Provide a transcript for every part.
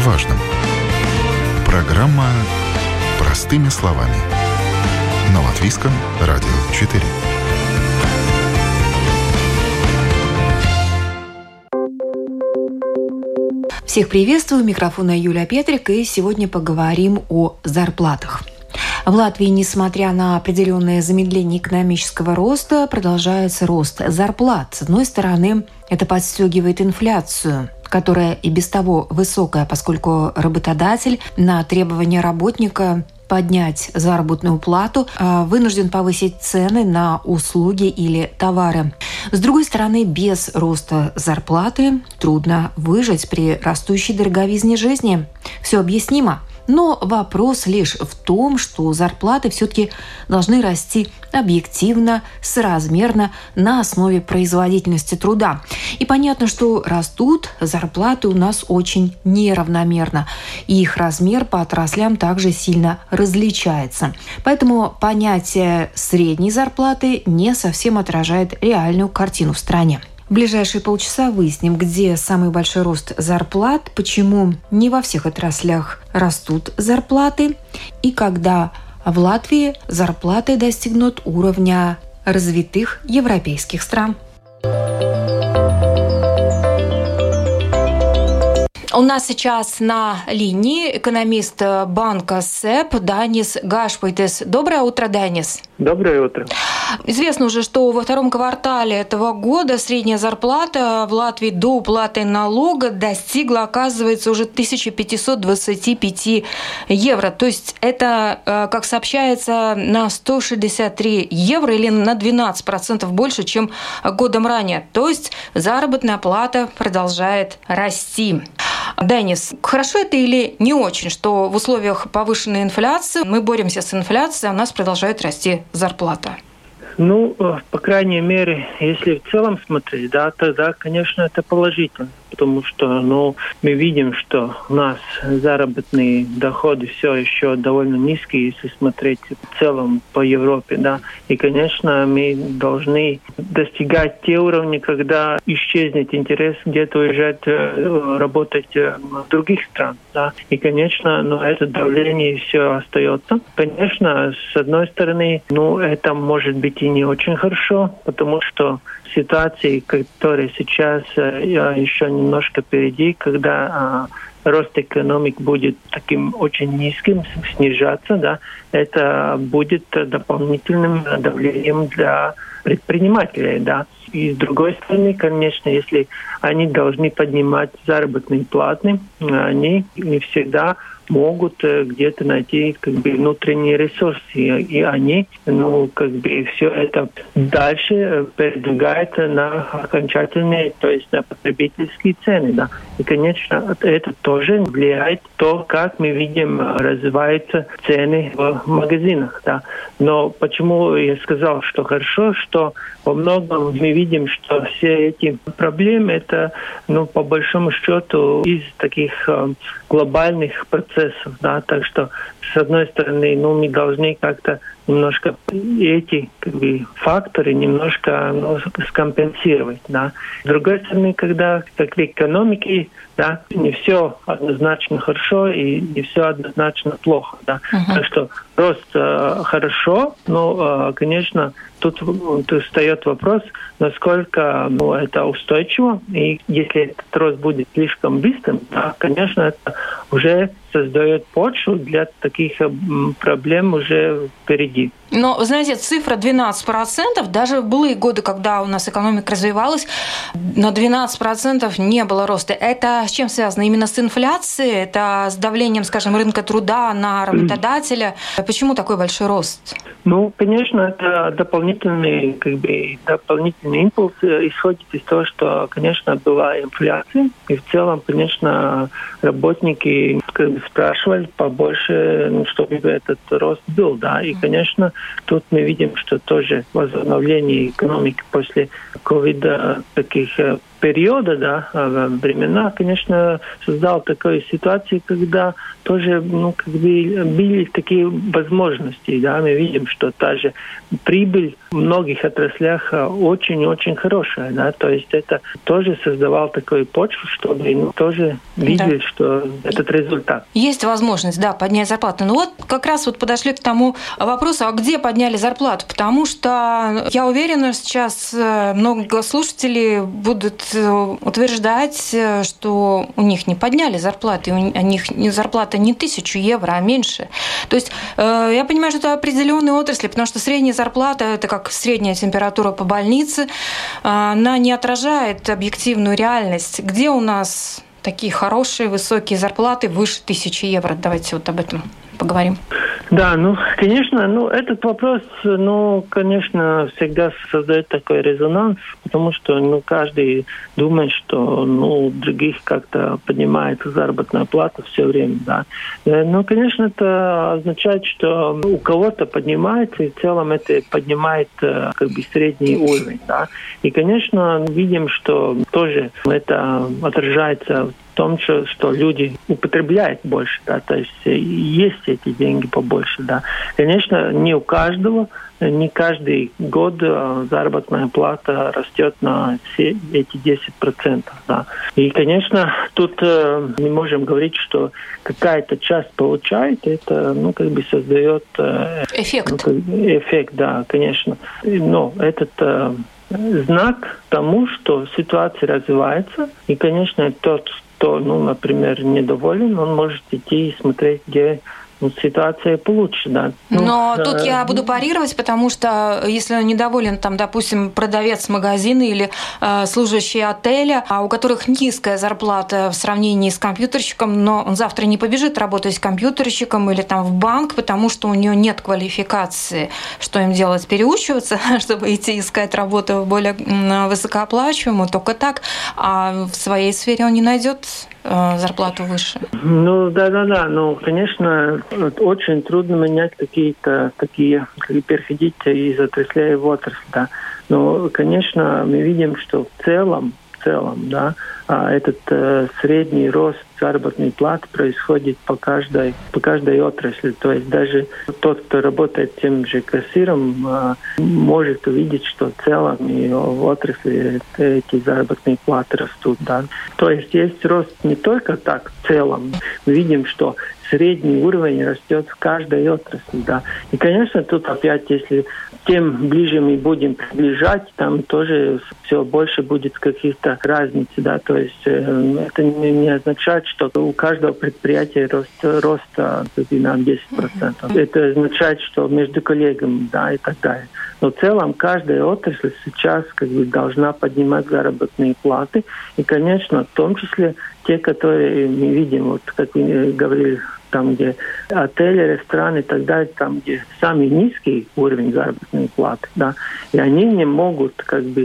важном. Программа «Простыми словами» на Латвийском радио 4. Всех приветствую, микрофона Юлия Петрик, и сегодня поговорим о зарплатах. В Латвии, несмотря на определенное замедление экономического роста, продолжается рост зарплат. С одной стороны, это подстегивает инфляцию, которая и без того высокая, поскольку работодатель на требования работника поднять заработную плату вынужден повысить цены на услуги или товары. С другой стороны, без роста зарплаты трудно выжить при растущей дороговизне жизни. Все объяснимо. Но вопрос лишь в том, что зарплаты все-таки должны расти объективно, соразмерно, на основе производительности труда. И понятно, что растут зарплаты у нас очень неравномерно, и их размер по отраслям также сильно различается. Поэтому понятие средней зарплаты не совсем отражает реальную картину в стране. В ближайшие полчаса выясним, где самый большой рост зарплат, почему не во всех отраслях растут зарплаты и когда в Латвии зарплаты достигнут уровня развитых европейских стран. У нас сейчас на линии экономист банка СЭП Данис Гашпайтес. Доброе утро, Данис. Доброе утро. Известно уже, что во втором квартале этого года средняя зарплата в Латвии до уплаты налога достигла, оказывается, уже 1525 евро. То есть это, как сообщается, на 163 евро или на 12% больше, чем годом ранее. То есть заработная плата продолжает расти. Денис, хорошо это или не очень, что в условиях повышенной инфляции мы боремся с инфляцией, а у нас продолжает расти зарплата? По крайней мере, если в целом смотреть, тогда, конечно, это положительно. Потому что, мы видим, что у нас заработные доходы все еще довольно низкие, если смотреть в целом по Европе, И, конечно, мы должны достигать те уровни, когда исчезнет интерес где-то уезжать работать в других странах, И, конечно, это давление все остается. Конечно, с одной стороны, это может быть и не очень хорошо, потому что ситуации, которые сейчас еще немножко впереди, когда рост экономики будет таким очень низким, снижаться, это будет дополнительным давлением для предпринимателей, И с другой стороны, конечно, если они должны поднимать заработные платы, они не всегда могут где-то найти внутренние ресурсы, и они все это дальше передвигают на окончательные, то есть на потребительские цены, И, конечно, это тоже влияет то, как мы видим развиваются цены в магазинах, Но почему я сказал, что хорошо, что во многом мы видим, что все эти проблемы это, по большому счету, из таких глобальных процессов, Так что, с одной стороны, мы должны как-то немножко эти факторы немножко скомпенсировать, С другой стороны, когда как в экономике, не все однозначно хорошо и не все однозначно плохо, Так что рост хорошо, но, конечно, тут встает вопрос, насколько это устойчиво, и если этот рост будет слишком быстрым, конечно, это уже создает почву для таких проблем уже впереди. Но, вы знаете, цифра 12%, даже в былые годы, когда у нас экономика развивалась, на 12% не было роста. Это с чем связано? Именно с инфляцией? Это с давлением, скажем, рынка труда на работодателя? Почему такой большой рост? Конечно, это дополнительный импульс исходит из того, что, конечно, была инфляция, и в целом, конечно, работники спрашивали побольше, чтобы этот рост был, И, конечно, тут мы видим, что тоже возобновление экономики после ковида таких периода, да, времена, конечно, создал такую ситуацию, когда тоже, были такие возможности, да, мы видим, что та же прибыль в многих отраслях очень-очень хорошая, да, то есть это тоже создавал такую почву, чтобы тоже видели, что этот результат. Есть возможность, да, поднять зарплату. Но вот как раз подошли к тому вопросу, а где подняли зарплату? Потому что я уверена, сейчас много слушателей будут утверждать, что у них не подняли зарплаты, у них зарплата не 1000 евро, а меньше. То есть я понимаю, что это определенные отрасли, потому что средняя зарплата – это как средняя температура по больнице, она не отражает объективную реальность. Где у нас такие хорошие, высокие зарплаты выше 1000 евро? Давайте об этом поговорим. Да, конечно, этот вопрос, конечно, всегда создает такой резонанс, потому что, каждый думает, что, у других как-то поднимается заработная плата все время, да. Но, конечно, это означает, что у кого-то поднимается, и в целом это поднимает, средний уровень, да. И, конечно, видим, что тоже это отражается в том, что люди употребляют больше, да, то есть есть эти деньги побольше, да. Конечно, не у каждого, не каждый год заработная плата растет на все эти 10%, да. И, конечно, тут не можем говорить, что какая-то часть получает, это, создает эффект. Эффект, да, конечно. Но этот знак тому, что ситуация развивается, и, конечно, тот, кто, например, недоволен, он может идти и смотреть, где ситуация получше, да. Но тут я буду парировать, потому что если недоволен, допустим, продавец магазина или служащий отеля, у которых низкая зарплата в сравнении с компьютерщиком, но он завтра не побежит работать компьютерщиком или в банк, потому что у него нет квалификации. Что им делать? Переучиваться, чтобы идти искать работу более высокооплачиваемую? Только так. А в своей сфере он не найдет зарплату выше. Да. Конечно, очень трудно менять какие-то такие, переходить из отраслей в отрасль, да. Но, конечно, мы видим, что в целом, да, этот средний рост заработной платы происходит по каждой отрасли. То есть даже тот, кто работает тем же кассиром, может увидеть, что в целом и в отрасли эти заработные платы растут. Да. То есть рост не только так в целом. Мы видим, что средний уровень растет в каждой отрасли. Да. И, конечно, тут опять, если тем ближе мы будем приближать, там тоже все больше будет каких-то разниц. Да. То есть это не означает, что у каждого предприятия рост на 10%. Это означает, что между коллегами, да, и так далее. Но в целом каждая отрасль сейчас должна поднимать заработные платы. И, конечно, в том числе те, которые мы видим, как вы говорили, там, где отели, рестораны и так далее, там, где самый низкий уровень заработной платы, да, и они не могут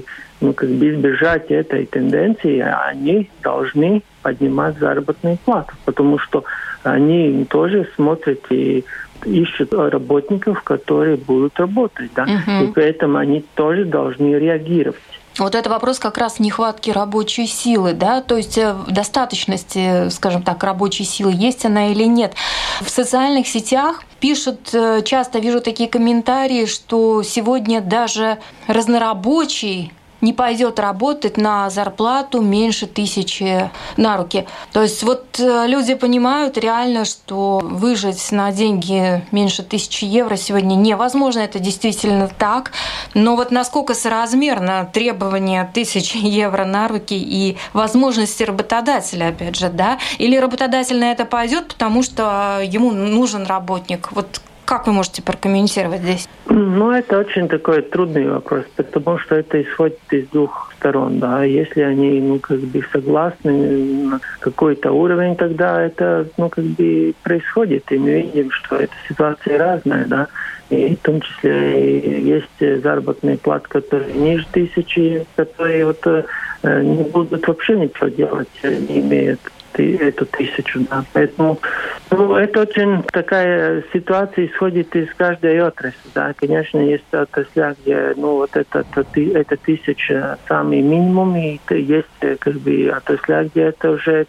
избежать этой тенденции, они должны поднимать заработную плату, потому что они тоже смотрят и ищут работников, которые будут работать, да, и поэтому они тоже должны реагировать. Вот это вопрос как раз нехватки рабочей силы, да, то есть достаточности, скажем так, рабочей силы, есть она или нет. В социальных сетях пишут, часто вижу такие комментарии, что сегодня даже разнорабочий не пойдет работать на зарплату меньше 1000 на руки. То есть люди понимают реально, что выжить на деньги меньше 1000 евро сегодня невозможно, это действительно так. Но насколько соразмерно требование 1000 евро на руки и возможности работодателя, опять же, да? Или работодатель на это пойдет, потому что ему нужен работник? Как вы можете прокомментировать здесь? Это очень такой трудный вопрос, потому что это исходит из двух сторон. Да. Если они согласны на какой-то уровень, тогда это происходит. И мы видим, что эта ситуация разная, да. И в том числе есть заработные платы, которые ниже 1000, которые не будут вообще ничего делать, не имеют эту 1000. Да. Поэтому это очень такая ситуация исходит из каждой отрасли. Да. Конечно, есть отрасли, где это 1000 самый минимум, и есть отрасли, где это уже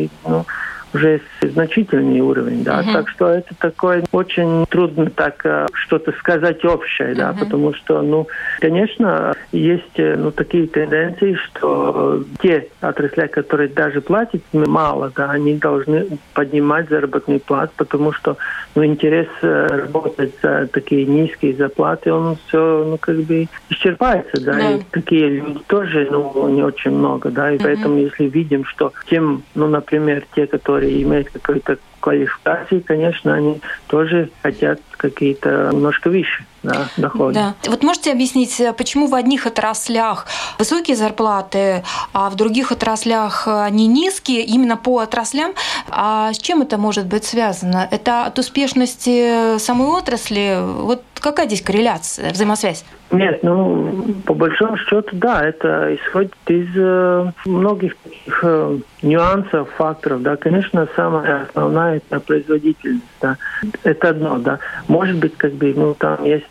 уже значительный уровень, да, так что это такое очень трудно так что-то сказать общее, да, потому что, конечно, есть такие тенденции, что те отрасли, которые даже платят мало, да, они должны поднимать заработную плату, потому что, интерес работать за такие низкие зарплаты, он все, исчерпается, да, и такие люди тоже, не очень много, да, и поэтому, если видим, что тем, например, те, которые имеют какую-то квалификацию, конечно, они тоже хотят какие-то немножко выше доходы. Да. Вот можете объяснить, почему в одних отраслях высокие зарплаты, а в других отраслях они низкие, именно по отраслям? А с чем это может быть связано? Это от успешности самой отрасли? Вот какая здесь корреляция, взаимосвязь? Нет, по большому счету, да, это исходит из многих таких нюансов, факторов, да. Конечно, самая основная – это производительность, да. Это одно, да. Может быть, там есть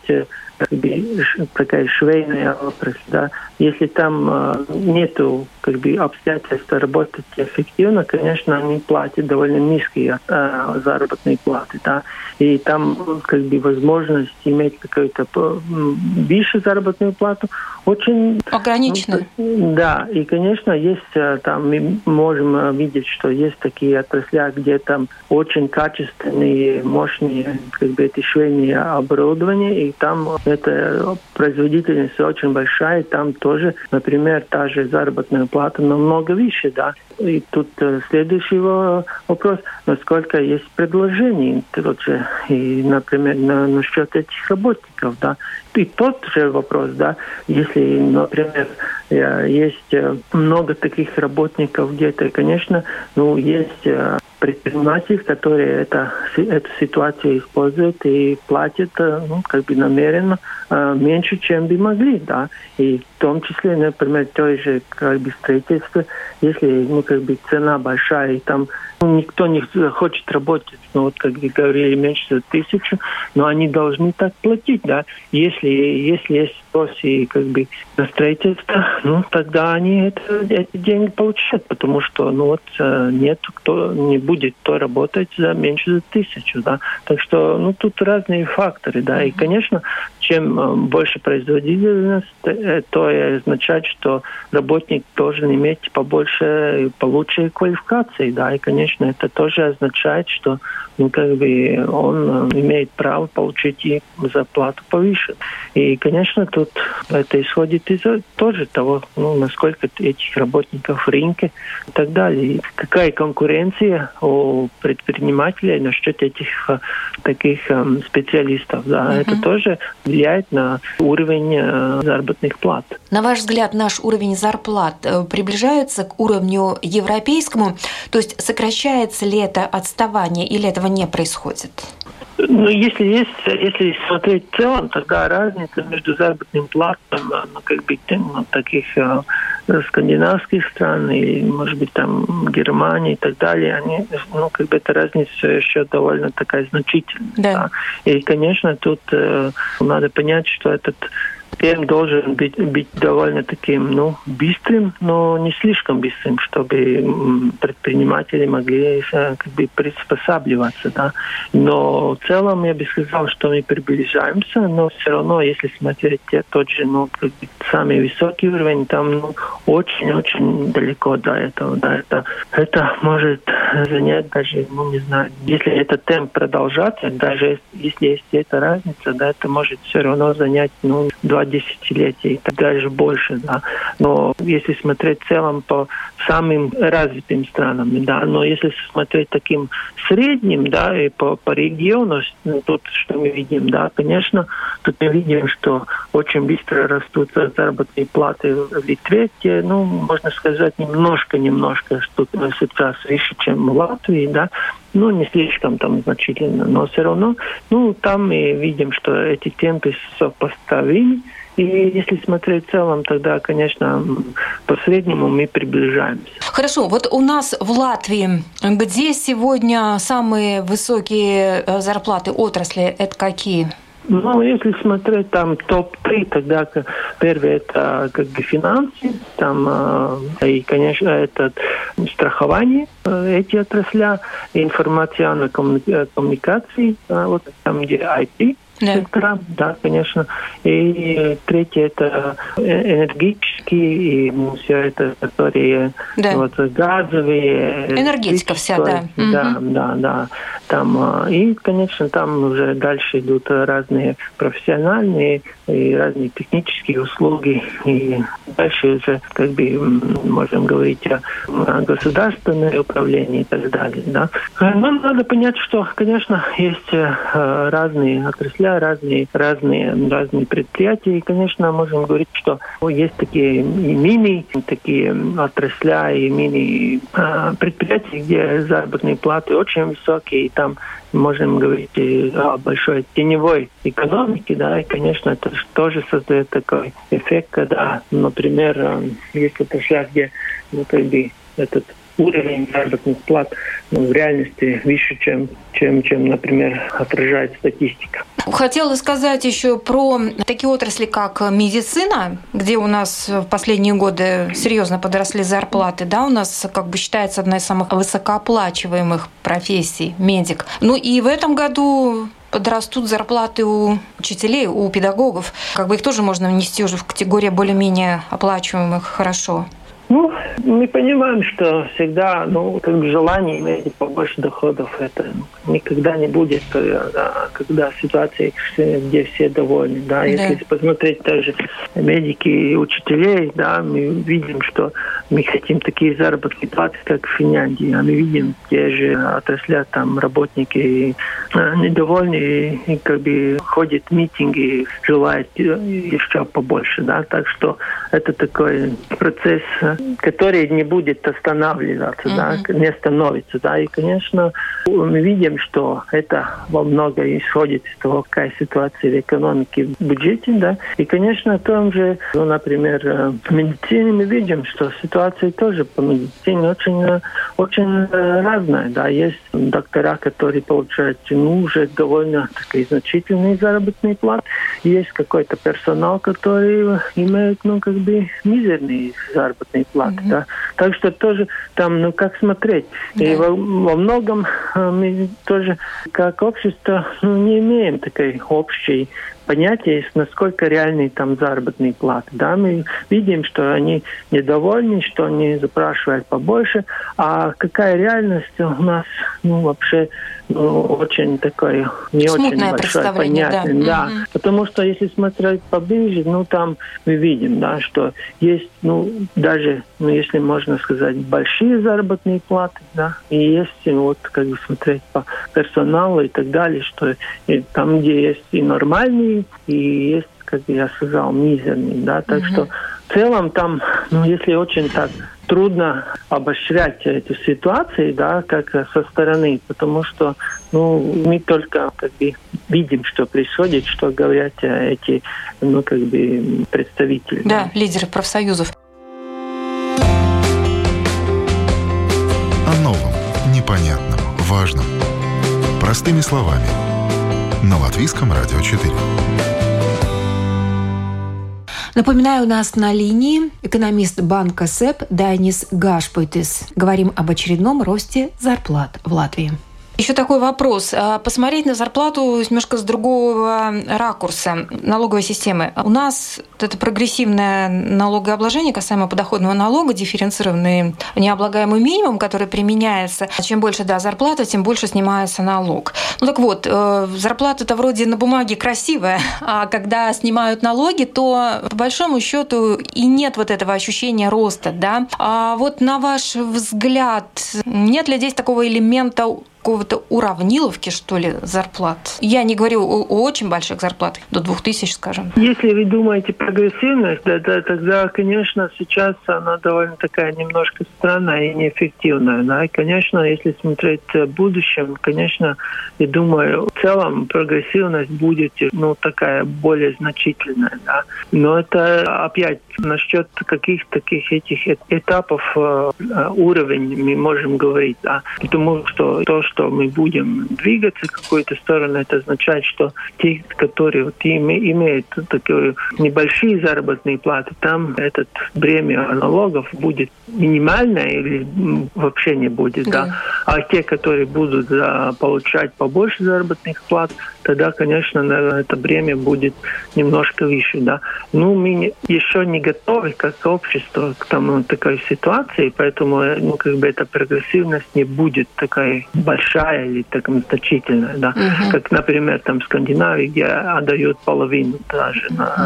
такая швейная отрасль, да. Если там нету обстоятельств работать эффективно, конечно, они платят довольно низкие заработные платы, да. И там возможность иметь какую-то выше заработную плату очень ограничена. Да, и, конечно, есть там, мы можем видеть, что есть такие отрасли, где там очень качественные, мощные эти швейные оборудования, и там эта производительность очень большая, и там тоже, например, та же заработная плата намного выше, да. И тут следующий вопрос, насколько есть предложений, и, например, насчет этих работников, да. И тот же вопрос, да, если, например, есть много таких работников где-то, конечно, есть предприниматели, которые эту ситуацию используют и платят намеренно меньше, чем бы могли, да. И в том числе, например, то же строительство, если цена большая, и там никто не хочет работать, как говорили, меньше за 1000, но они должны так платить, да. Если есть спрос и на строительство, тогда они эти деньги получают, потому что нет, кто не будет работать за меньше за 1000, да. Так что тут разные факторы, да. И, конечно, чем больше производительность, то означает, что работник должен иметь получше квалификации, да. И, конечно, это тоже означает, что он имеет право получить и зарплату повыше. И, конечно, тут это исходит из тоже того, насколько этих работников в рынке и так далее. И какая конкуренция у предпринимателей насчет этих таких специалистов. Да. Это тоже влияет на уровень заработных плат. На ваш взгляд, наш уровень зарплат приближается к уровню европейскому? То есть сокращается ли это отставание или этого не происходит? Если смотреть в целом, тогда разница между заработным платом таких скандинавских стран и, может быть, там Германии и так далее, они, эта разница еще довольно такая значительная. Да. Да. И, конечно, тут надо понять, что этот темп должен быть довольно таким, быстрым, но не слишком быстрым, чтобы предприниматели могли приспосабливаться, да. Но в целом я бы сказал, что мы приближаемся, но все равно, если смотреть тот же, самый высокий уровень, там, очень-очень далеко до этого, да. Это может занять даже, не знаю, если этот темп продолжаться, даже если есть эта разница, да, это может все равно занять, 2 десятилетия и даже больше, да. Но если смотреть в целом по самым развитым странам, да, но если смотреть таким средним, да, и по региону, тут что мы видим, да, конечно, тут мы видим, что очень быстро растут заработные платы в Литве, где, можно сказать, немножко, что сейчас выше, чем в Латвии, да. Не слишком там значительно, но все равно, там мы видим, что эти темпы сопоставимы, И если смотреть в целом, тогда, конечно, по среднему мы приближаемся. Хорошо, вот у нас в Латвии, где сегодня самые высокие зарплаты отрасли, это какие? Ну, если смотреть там топ-3, тогда первый это как бы финансы, там и, конечно, это страхование, эти отрасли, информационные коммуникации, вот там, где IT. Сектора, да, конечно. И третье это энергетические, и все это, которые вот, газовые. Энергетика вся, да. Да. Там, и, конечно, там уже дальше идут разные профессиональные и разные технические услуги. И дальше уже, как бы, можем говорить о государственном управлении и так далее. Да. Но надо понять, что, конечно, есть разные отрасли, разные предприятия. И, конечно, можем говорить, что есть такие и мини, такие отрасли, и мини предприятия, где заработные платы очень высокие, и там можем говорить о большой теневой экономике, да, и, конечно, это тоже создает такой эффект, когда, например, есть отрасли, где как бы этот уровень заработных плат в реальности выше, чем, например, отражает статистика. Хотела сказать еще про такие отрасли, как медицина, где у нас в последние годы серьезно подросли зарплаты. Да, у нас как бы считается одна из самых высокооплачиваемых профессий – медик. Ну и в этом году подрастут зарплаты у учителей, у педагогов. Как бы их тоже можно внести уже в категорию более-менее оплачиваемых хорошо. Ну, мы понимаем, что всегда, как бы желание иметь побольше доходов, это никогда не будет, когда ситуация, где все довольны, да. Если посмотреть даже медики и учителей, да, мы видим, что мы хотим такие заработные платы, как в Финляндии, а мы видим те же отрасли, там работники недовольны и как бы ходят в митинги, желают еще побольше, да, так что это такой процесс, который не будет останавливаться, да, не остановится, да, и, конечно, мы видим, что это во многом исходит из того, какая ситуация в экономике, в бюджете, да, и, конечно, в том же, например, в медицине мы видим, что ситуация тоже по медицине очень разная, да, есть доктора, которые получают, уже довольно такие значительные заработные платы, есть какой-то персонал, который имеет, как бы, мизерные заработные платы, да. Так что тоже там, как смотреть. И во многом мы тоже как общество не имеем такой общей понятие, насколько реальные там заработные платы. Да, мы видим, что они недовольны, что они запрашивают побольше, а какая реальность у нас вообще очень такое не смутное очень большое понятие. Да. Потому что если смотреть поближе, там мы видим, да, что есть, даже, если можно сказать, большие заработные платы, да, и есть как бы смотреть по персоналу и так далее, что и там, где есть и нормальные, и есть, как я сказал, мизерные, да, так что в целом там, если очень так трудно обострять эту ситуацию, да, как со стороны, потому что, мы только как бы видим, что происходит, что говорят эти, как бы представители. Да, лидеры профсоюзов. О новом, непонятном, важном. Простыми словами. На Латвийском радио 4. Напоминаю, у нас на линии экономист банка СЭП Дайнис Гашпуйтис. Говорим об очередном росте зарплат в Латвии. Еще такой вопрос. Посмотреть на зарплату немножко с другого ракурса налоговой системы. У нас это прогрессивное налогообложение касаемо подоходного налога, дифференцированный необлагаемый минимум, который применяется. Чем больше зарплата, тем больше снимается налог. Так вот, зарплата-то вроде на бумаге красивая, а когда снимают налоги, то по большому счету и нет вот этого ощущения роста, да? А вот на ваш взгляд, нет ли здесь такого элемента какого-то уравниловки, что ли, зарплат? Я не говорю о очень больших зарплатах, до 2000, скажем. Если вы думаете прогрессивность, тогда, конечно, сейчас она довольно такая немножко странная и неэффективная. Да? И, конечно, если смотреть в будущем, конечно, я думаю, в целом прогрессивность будет такая более значительная. Да? Но это опять насчет каких-то таких этих этапов уровень мы можем говорить. Да? Потому что то, что мы будем двигаться в какую-то сторону, это означает, что те, которые имеют такие небольшие заработные платы, там это бремя налогов будет минимальное или вообще не будет. Да? А те, которые будут получать побольше заработных плат, тогда, конечно, это бремя будет немножко выше. Да? Мы еще не готовы как общество к такой ситуации, поэтому эта прогрессивность не будет такая большая или так значительная. Да? Как, например, в Скандинавии, где отдают половину даже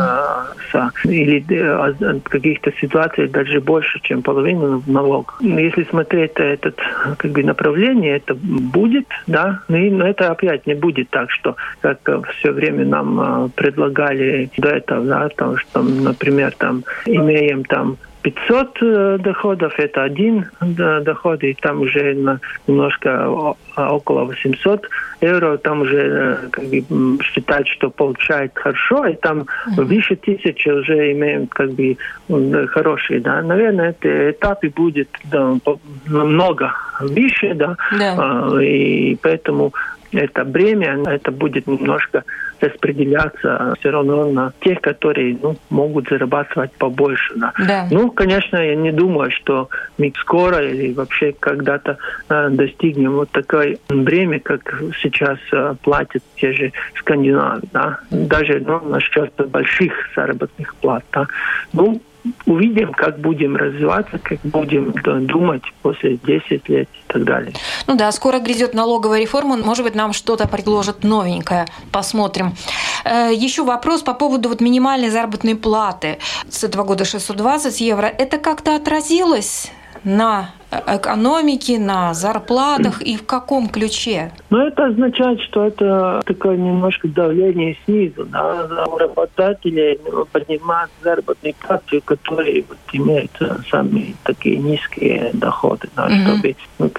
или в каких-то ситуациях даже больше, чем половину в налог. Если смотреть это направление, это будет, да, но это опять не будет так, что как все время нам предлагали до этого, да, что, например, имеем 500 доходов, это один доход, и там уже немножко около 800 евро, там уже считать, что получает хорошо, и там выше 1000 уже имеем хорошие. Да. Наверное, эти этапы будет намного выше, да. И поэтому это бремя, это будет немножко распределяться все равно на тех, которые могут зарабатывать побольше. Да. Конечно, я не думаю, что мы скоро или вообще когда-то достигнем вот такое бремя, как сейчас платят те же скандинавы. Да. Даже насчет больших заработных плат. Да. Увидим, как будем развиваться, как будем думать после 10 лет и так далее. Скоро грядет налоговая реформа. Может быть, нам что-то предложат новенькое. Посмотрим. Еще вопрос по поводу минимальной заработной платы. С этого года 620 евро. Это как-то отразилось на экономике, на зарплатах и в каком ключе? Это означает, что это такое немножко давление снизу, да, у работодателей поднимать заработные платы, которые имеют самые такие низкие доходы, да, чтобы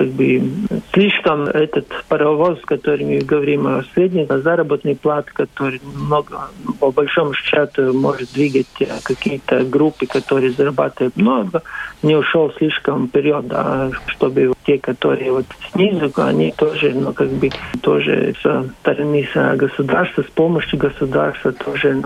слишком этот паровоз, который мы говорим о средней заработной плате, который по большому счету может двигать какие-то группы, которые зарабатывают много, не ушел слишком вперед, да, чтобы те, которые снизу, они тоже, тоже со стороны государства, с помощью государства тоже,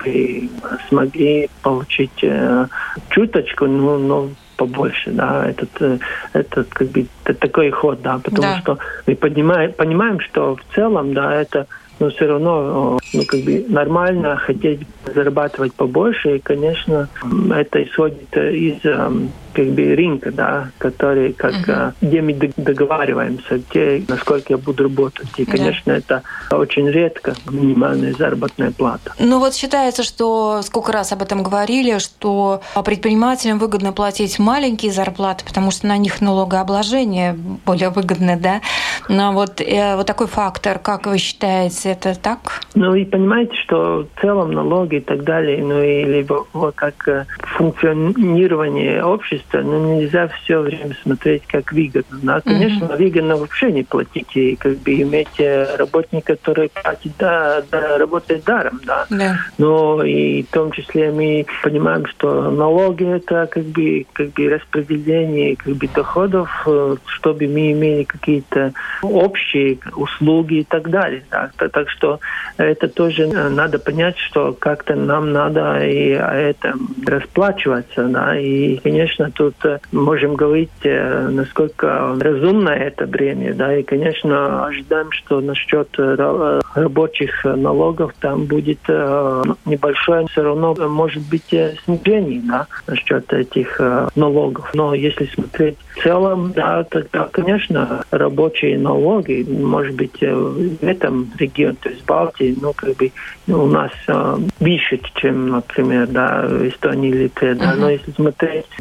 смогли получить чуточку, но побольше, да, это такой ход, да, потому что мы понимаем, что в целом, да, это все равно нормально хотеть зарабатывать побольше, и, конечно, это исходит из рынка, да, который, где мы договариваемся, насколько я буду работать. И, конечно, это очень редко минимальная заработная плата. Считается, что, сколько раз об этом говорили, что предпринимателям выгодно платить маленькие зарплаты, потому что на них налогообложение более выгодное, да? Но вот такой фактор, как вы считаете, это так? И понимаете, что в целом налоги и так далее, или как функционирование общества, нельзя все время смотреть как выгодно. Да? Конечно, выгодно вообще не платить и иметь работника, который платит, работает даром. Да? Но и в том числе мы понимаем, что налоги это распределение доходов, чтобы мы имели какие-то общие услуги и так далее. Да? Так что это тоже надо понять, что как-то нам надо и это расплачиваться. Да? И, конечно, тут можем говорить, насколько разумно это бремя. Да? И, конечно, ожидаем, что насчет рабочих налогов там будет небольшое, все равно может быть снижение, да, насчет этих налогов. Но если смотреть в целом, да, тогда, конечно, рабочие налоги, может быть, в этом регионе, то есть Балтии, у нас выше, чем, например, да, в Эстонии или Литве. Да. Но если смотреть в целом,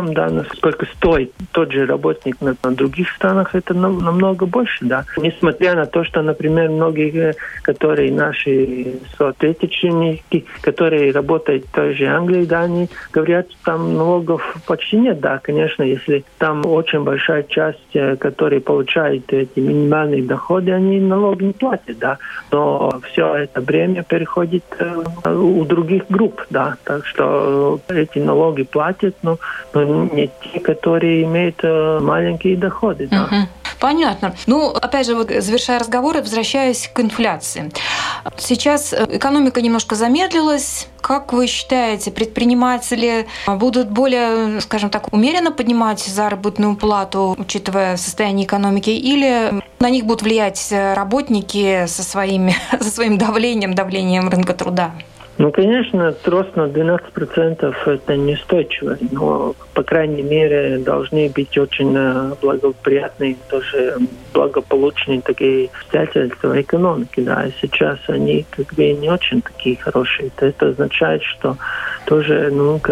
там, да, насколько стоит тот же работник на других странах, это намного больше, да. Несмотря на то, что, например, многие, которые наши соотечественники, которые работают в той же Англии, да, они говорят, там налогов почти нет, да, конечно, если там очень большая часть, которые получают эти минимальные доходы, они налог не платят, да, но все это бремя переходит у других групп, да, так что эти налоги платят, но не те, которые имеют маленькие доходы, да. Понятно. Ну, опять же, вот завершая разговор, возвращаясь к инфляции. Сейчас экономика немножко замедлилась. Как вы считаете, предприниматели будут более, скажем так, умеренно поднимать заработную плату, учитывая состояние экономики, или на них будут влиять работники со своим давлением рынка труда? Ну, конечно, рост на 12% это неустойчиво, но, по крайней мере, должны быть очень благоприятные, тоже благополучные такие обстоятельства экономики. Да. И сейчас они как бы не очень такие хорошие. Это означает, что тоже,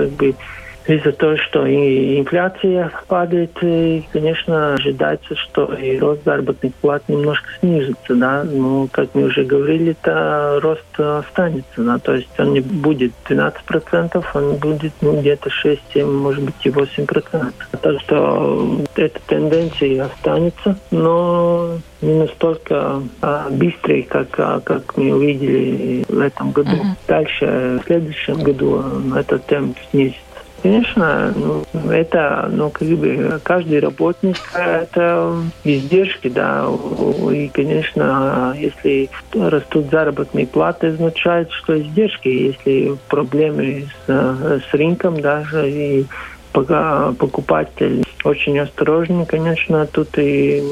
из-за того, что и инфляция падает, и, конечно, ожидается, что и рост заработных плат немножко снизится, да. Но, как мы уже говорили, то рост останется, да. То есть он не будет 12%, он будет где-то 6-7, может быть, и 8%. Так что эта тенденция останется, но не настолько быстрой, как мы увидели в этом году. Дальше, в следующем году этот темп снизится. Конечно, это, каждый работник, это издержки, да, и, конечно, если растут заработные платы, означает, что издержки, если проблемы с рынком даже, и пока покупатель очень осторожный, конечно, тут и,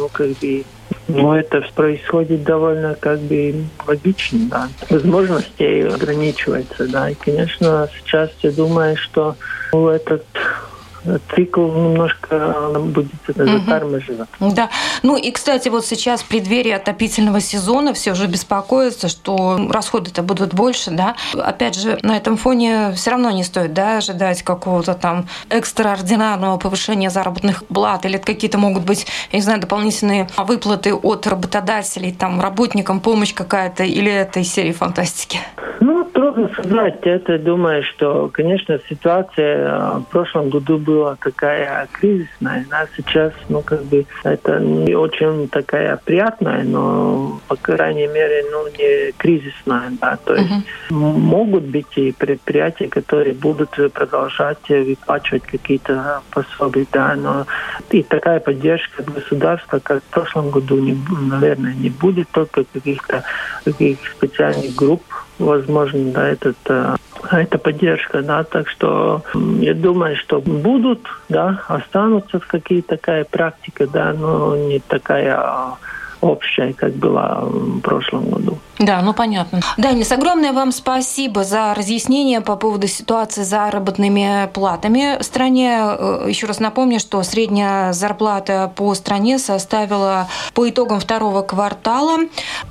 это происходит довольно логично, да. Возможности ограничиваются, да. И, конечно, сейчас я думаю, что этот цикл немножко будет затормаживаться. Да. Ну и, кстати, вот сейчас в преддверии отопительного сезона все же беспокоятся, что расходы-то будут больше, да. Опять же, на этом фоне все равно не стоит, да, ожидать какого-то там экстраординарного повышения заработных плат или какие-то могут быть, я не знаю, дополнительные выплаты от работодателей, там, работникам, помощь какая-то, или это из серии фантастики? Трудно сказать. Я думаю, что, конечно, ситуация в прошлом году была такая кризисная. А сейчас, это не очень такая приятная, но, по крайней мере, не кризисная. Да. То есть могут быть и предприятия, которые будут продолжать выплачивать какие-то пособия, да, но и такая поддержка от государства, как в прошлом году, наверное, не будет, только каких-то специальных групп, возможно, да, это поддержка, да, так что я думаю, что будут, да, останутся какие-то такая практика, да, но не такая общая, как была в прошлом году. Да, понятно. Данис, огромное вам спасибо за разъяснение по поводу ситуации с заработными платами в стране. Еще раз напомню, что средняя зарплата по стране составила по итогам второго квартала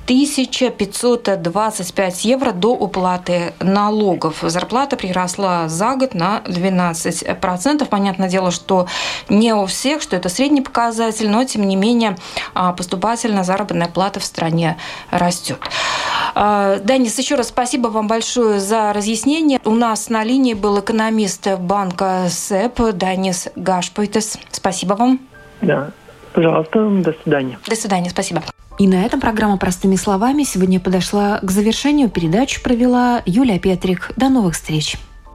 1525 евро до уплаты налогов. Зарплата приросла за год на 12%. Понятное дело, что не у всех, что это средний показатель, но, тем не менее, поступательно заработная плата в стране растет. Данис, еще раз спасибо вам большое за разъяснение. У нас на линии был экономист банка СЭП Данис Гашпойтес. Спасибо вам. Да, пожалуйста, до свидания. До свидания, спасибо. И на этом программа «Простыми словами» сегодня подошла к завершению. Передачу провела Юлия Петрик. До новых встреч.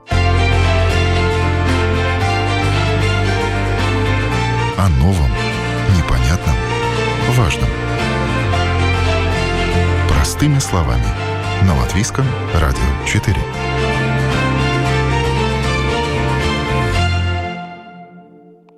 О новом, непонятном, важном. Простыми словами. На Латвийском радио 4.